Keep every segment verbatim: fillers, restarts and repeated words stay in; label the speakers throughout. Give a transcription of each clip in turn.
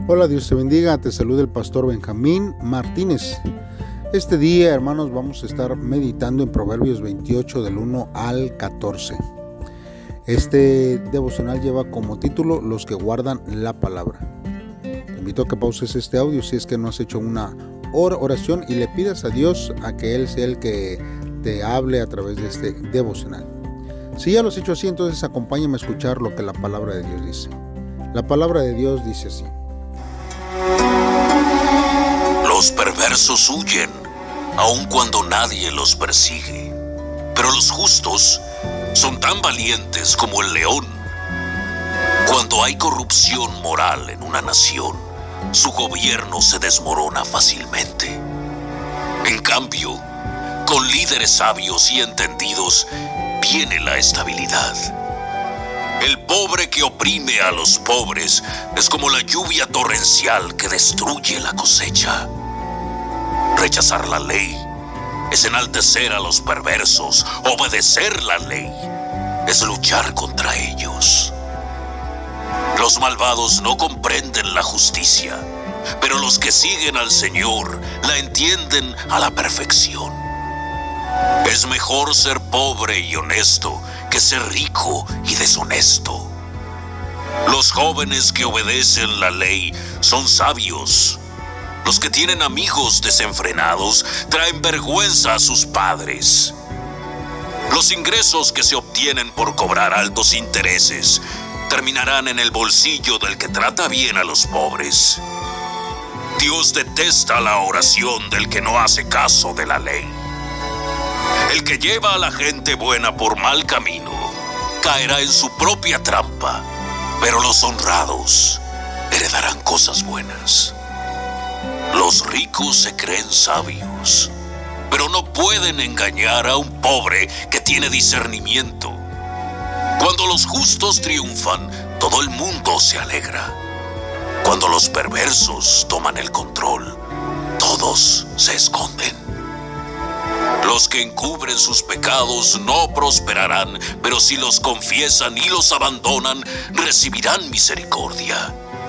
Speaker 1: Hola, Dios te bendiga, te saluda el pastor Benjamín Martínez. Este día, hermanos, vamos a estar meditando en Proverbios veintiocho del uno al catorce. Este devocional lleva como título Los que guardan la palabra. Te invito a que pauses este audio si es que no has hecho una oración y le pidas a Dios a que Él sea el que te hable a través de este devocional. Si ya lo has hecho así, entonces acompáñame a escuchar lo que la palabra de Dios dice. La palabra de Dios dice así:
Speaker 2: Los perversos huyen, aun cuando nadie los persigue, pero los justos son tan valientes como el león. Cuando hay corrupción moral en una nación, su gobierno se desmorona fácilmente. En cambio, con líderes sabios y entendidos viene la estabilidad. El pobre que oprime a los pobres es como la lluvia torrencial que destruye la cosecha. Rechazar la ley es enaltecer a los perversos. Obedecer la ley es luchar contra ellos. Los malvados no comprenden la justicia, pero los que siguen al Señor la entienden a la perfección. Es mejor ser pobre y honesto que ser rico y deshonesto. Los jóvenes que obedecen la ley son sabios. Los que tienen amigos desenfrenados traen vergüenza a sus padres. Los ingresos que se obtienen por cobrar altos intereses terminarán en el bolsillo del que trata bien a los pobres. Dios detesta la oración del que no hace caso de la ley. El que lleva a la gente buena por mal camino caerá en su propia trampa, pero los honrados heredarán cosas buenas. Los ricos se creen sabios, pero no pueden engañar a un pobre que tiene discernimiento. Cuando los justos triunfan, todo el mundo se alegra. Cuando los perversos toman el control, todos se esconden. Los que encubren sus pecados no prosperarán, pero si los confiesan y los abandonan, recibirán misericordia.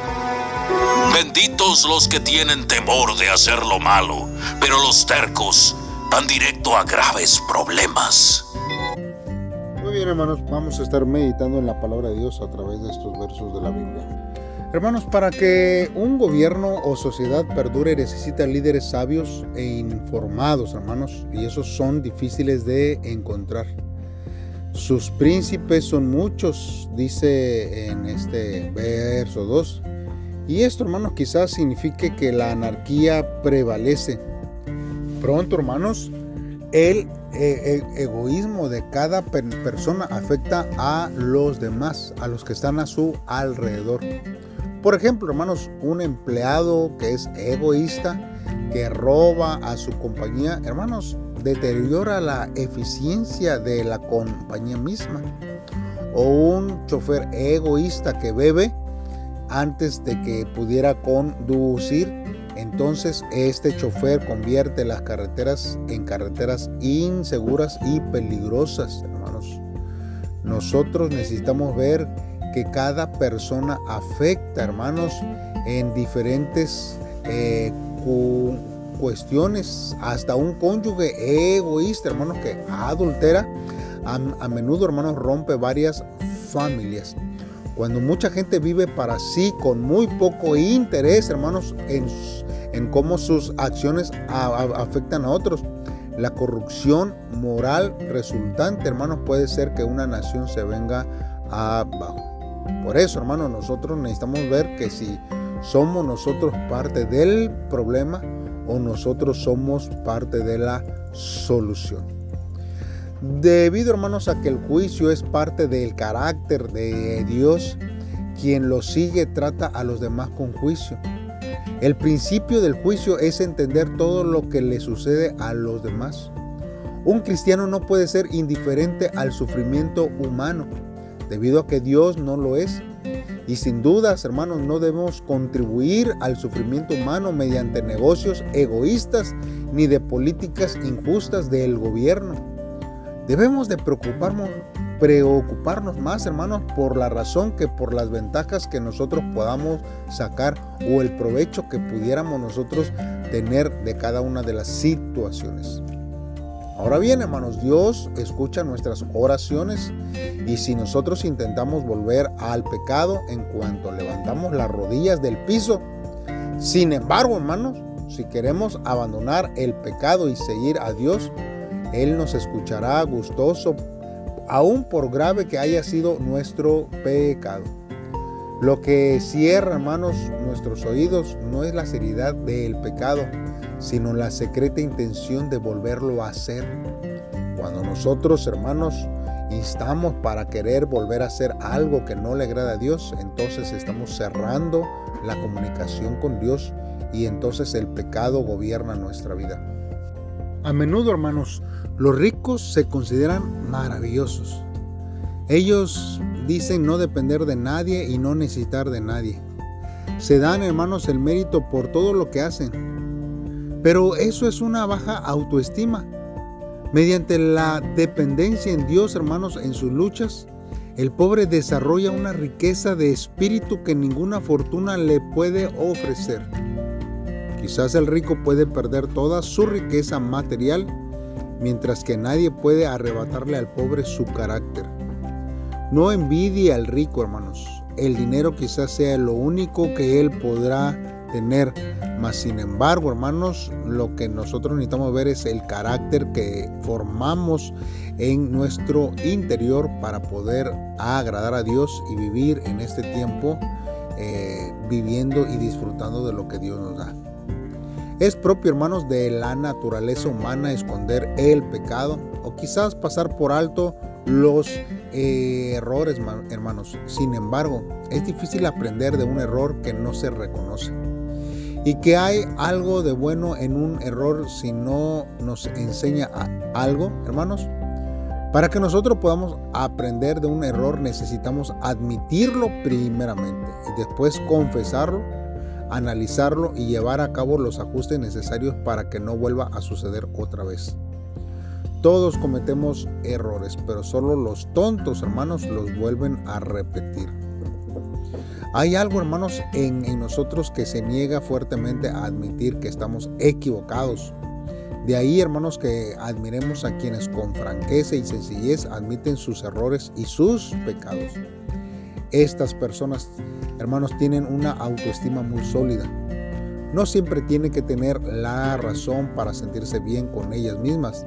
Speaker 2: Benditos los que tienen temor de hacer lo malo, pero los tercos van directo a graves problemas.
Speaker 1: Muy bien, hermanos, vamos a estar meditando en la palabra de Dios a través de estos versos de la Biblia. Hermanos, para que un gobierno o sociedad perdure necesita líderes sabios e informados, hermanos, y esos son difíciles de encontrar. Sus príncipes son muchos, dice en este verso dos. Y esto, hermanos, quizás signifique que la anarquía prevalece. Pronto, hermanos, el eh, egoísmo de cada per- persona afecta a los demás, a los que están a su alrededor. Por ejemplo, hermanos, un empleado que es egoísta, que roba a su compañía, hermanos, deteriora la eficiencia de la compañía misma. O un chofer egoísta que bebe antes de que pudiera conducir, entonces este chofer convierte las carreteras en carreteras inseguras y peligrosas, hermanos. Nosotros necesitamos ver que cada persona afecta, hermanos, en diferentes eh, cu- cuestiones. Hasta un cónyuge egoísta, hermanos, que adultera, a, a menudo, hermanos, rompe varias familias. Cuando mucha gente vive para sí con muy poco interés, hermanos, en, en cómo sus acciones a, a, afectan a otros, la corrupción moral resultante, hermanos, puede ser que una nación se venga abajo. Por eso, hermanos, nosotros necesitamos ver que si somos nosotros parte del problema o nosotros somos parte de la solución. Debido, hermanos, a que el juicio es parte del carácter de Dios, quien lo sigue trata a los demás con juicio. El principio del juicio es entender todo lo que le sucede a los demás. Un cristiano no puede ser indiferente al sufrimiento humano, debido a que Dios no lo es. Y sin dudas, hermanos, no debemos contribuir al sufrimiento humano mediante negocios egoístas ni de políticas injustas del gobierno. Debemos de preocuparnos, preocuparnos más, hermanos, por la razón que por las ventajas que nosotros podamos sacar o el provecho que pudiéramos nosotros tener de cada una de las situaciones. Ahora bien, hermanos, Dios escucha nuestras oraciones y si nosotros intentamos volver al pecado en cuanto levantamos las rodillas del piso, sin embargo, hermanos, si queremos abandonar el pecado y seguir a Dios, Él nos escuchará gustoso, aun por grave que haya sido nuestro pecado. Lo que cierra, hermanos, nuestros oídos no es la seriedad del pecado, sino la secreta intención de volverlo a hacer. Cuando nosotros, hermanos, instamos para querer volver a hacer algo que no le agrada a Dios, entonces estamos cerrando la comunicación con Dios y entonces el pecado gobierna nuestra vida. A menudo, hermanos, los ricos se consideran maravillosos. Ellos dicen no depender de nadie y no necesitar de nadie. Se dan, hermanos, el mérito por todo lo que hacen. Pero eso es una baja autoestima. Mediante la dependencia en Dios, hermanos, en sus luchas, el pobre desarrolla una riqueza de espíritu que ninguna fortuna le puede ofrecer. Quizás el rico puede perder toda su riqueza material, mientras que nadie puede arrebatarle al pobre su carácter. No envidie al rico, hermanos. El dinero quizás sea lo único que él podrá tener, mas sin embargo, hermanos, lo que nosotros necesitamos ver es el carácter que formamos en nuestro interior para poder agradar a Dios y vivir en este tiempo eh, viviendo y disfrutando de lo que Dios nos da. Es propio, hermanos, de la naturaleza humana esconder el pecado o quizás pasar por alto los eh, errores, hermanos. Sin embargo, es difícil aprender de un error que no se reconoce. Y que hay algo de bueno en un error si no nos enseña algo, hermanos. Para que nosotros podamos aprender de un error necesitamos admitirlo primeramente y después confesarlo, analizarlo y llevar a cabo los ajustes necesarios para que no vuelva a suceder otra vez. Todos cometemos errores, pero solo los tontos, hermanos, los vuelven a repetir. Hay algo, hermanos, en, en nosotros que se niega fuertemente a admitir que estamos equivocados. De ahí, hermanos, que admiremos a quienes con franqueza y sencillez admiten sus errores y sus pecados. Estas personas, hermanos, tienen una autoestima muy sólida. No siempre tienen que tener la razón para sentirse bien con ellas mismas.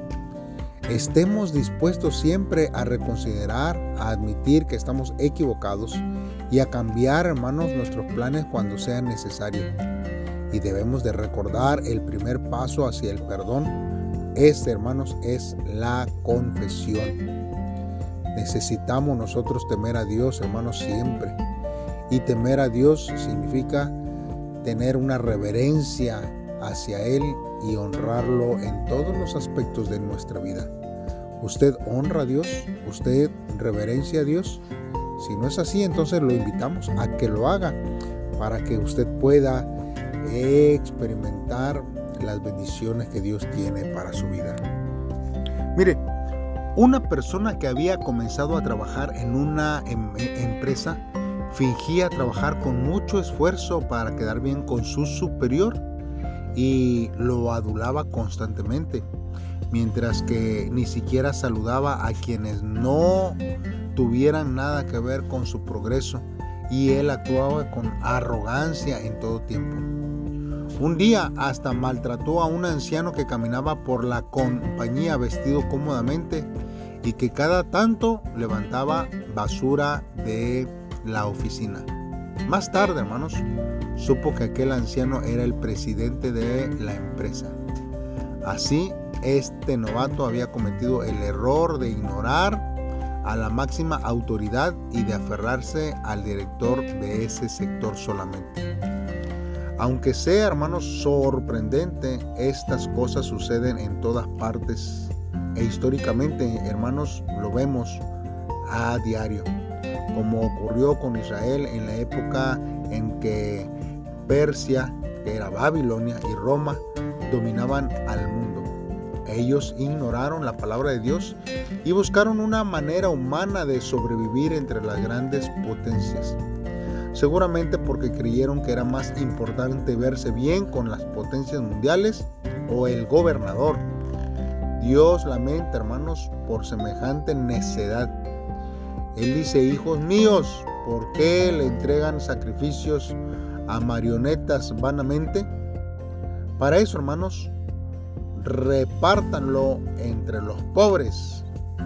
Speaker 1: Estemos dispuestos siempre a reconsiderar, a admitir que estamos equivocados y a cambiar, hermanos, nuestros planes cuando sea necesario. Y debemos de recordar el primer paso hacia el perdón. Este, hermanos, es la confesión. Necesitamos nosotros temer a Dios, hermanos, siempre. Y temer a Dios significa tener una reverencia hacia Él y honrarlo en todos los aspectos de nuestra vida. ¿Usted honra a Dios? ¿Usted reverencia a Dios? Si no es así, entonces lo invitamos a que lo haga para que usted pueda experimentar las bendiciones que Dios tiene para su vida. Mire, una persona que había comenzado a trabajar en una em- empresa fingía trabajar con mucho esfuerzo para quedar bien con su superior y lo adulaba constantemente, mientras que ni siquiera saludaba a quienes no tuvieran nada que ver con su progreso, y él actuaba con arrogancia en todo tiempo. Un día hasta maltrató a un anciano que caminaba por la compañía vestido cómodamente y que cada tanto levantaba basura de la oficina. Más tarde, hermanos, supo que aquel anciano era el presidente de la empresa. Así, este novato había cometido el error de ignorar a la máxima autoridad y de aferrarse al director de ese sector solamente. Aunque sea, hermanos, sorprendente, estas cosas suceden en todas partes e históricamente, hermanos, lo vemos a diario, como ocurrió con Israel en la época en que Persia, que era Babilonia, y Roma dominaban al mundo. Ellos ignoraron la palabra de Dios y buscaron una manera humana de sobrevivir entre las grandes potencias. Seguramente porque creyeron que era más importante verse bien con las potencias mundiales o el gobernador. Dios lamenta, hermanos, por semejante necedad. Él dice: hijos míos, ¿por qué le entregan sacrificios a marionetas vanamente? Para eso, hermanos, repártanlo entre los pobres.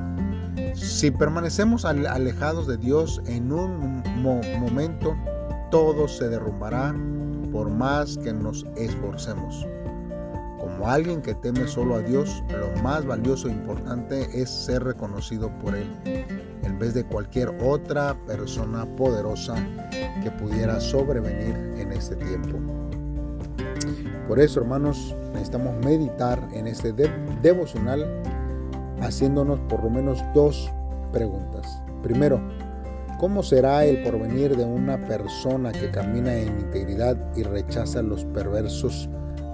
Speaker 1: Si permanecemos alejados de Dios en un mo- momento, todo se derrumbará por más que nos esforcemos. Como alguien que teme solo a Dios, lo más valioso e importante es ser reconocido por Él, en vez de cualquier otra persona poderosa que pudiera sobrevenir en este tiempo. Por eso, hermanos, necesitamos meditar en este de- devocional haciéndonos por lo menos dos preguntas. Primero, ¿cómo será el porvenir de una persona que camina en integridad y rechaza los perversos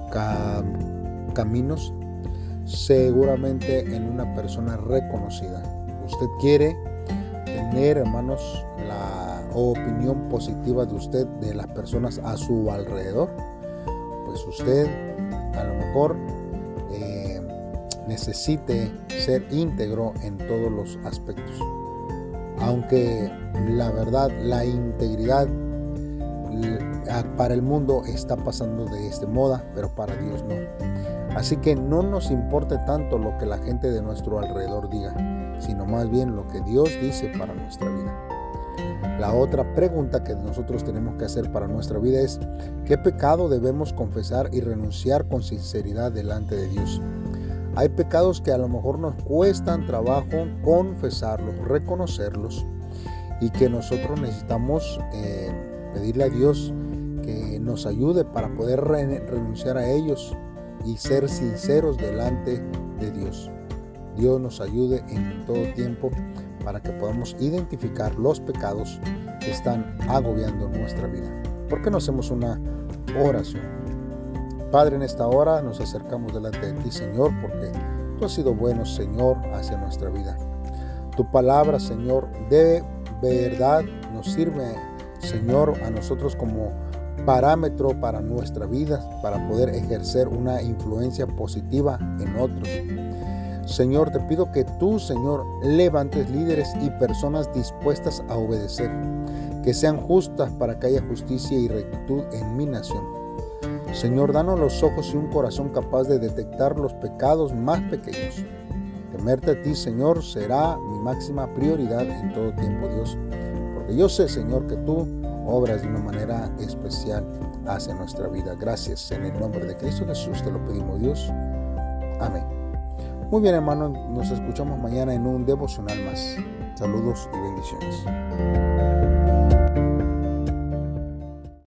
Speaker 1: cam- caminos? Seguramente en una persona reconocida. Usted quiere tener, hermanos, la opinión positiva de usted de las personas a su alrededor. Pues usted a lo mejor eh, necesite ser íntegro en todos los aspectos. Aunque la verdad, la integridad para el mundo está pasando de esta moda, pero para Dios no. Así que no nos importe tanto lo que la gente de nuestro alrededor diga, sino más bien lo que Dios dice para nuestra vida. La otra pregunta que nosotros tenemos que hacer para nuestra vida es: ¿qué pecado debemos confesar y renunciar con sinceridad delante de Dios? Hay pecados que a lo mejor nos cuestan trabajo confesarlos, reconocerlos, y que nosotros necesitamos eh, pedirle a Dios que nos ayude para poder re- renunciar a ellos y ser sinceros delante de Dios. Dios nos ayude en todo tiempo para que podamos identificar los pecados que están agobiando nuestra vida. ¿Por qué no hacemos una oración? Padre, en esta hora nos acercamos delante de ti, Señor, porque tú has sido bueno, Señor, hacia nuestra vida. Tu palabra, Señor, de verdad nos sirve, Señor, a nosotros como parámetro para nuestra vida, para poder ejercer una influencia positiva en otros. Señor, te pido que tú, Señor, levantes líderes y personas dispuestas a obedecer, que sean justas para que haya justicia y rectitud en mi nación. Señor, danos los ojos y un corazón capaz de detectar los pecados más pequeños. Temerte a ti, Señor, será mi máxima prioridad en todo tiempo, Dios, porque yo sé, Señor, que tú obras de una manera especial hacia nuestra vida. Gracias, en el nombre de Cristo Jesús te lo pedimos, Dios. Amén. Muy bien, hermanos, nos escuchamos mañana en un devocional más. Saludos y bendiciones.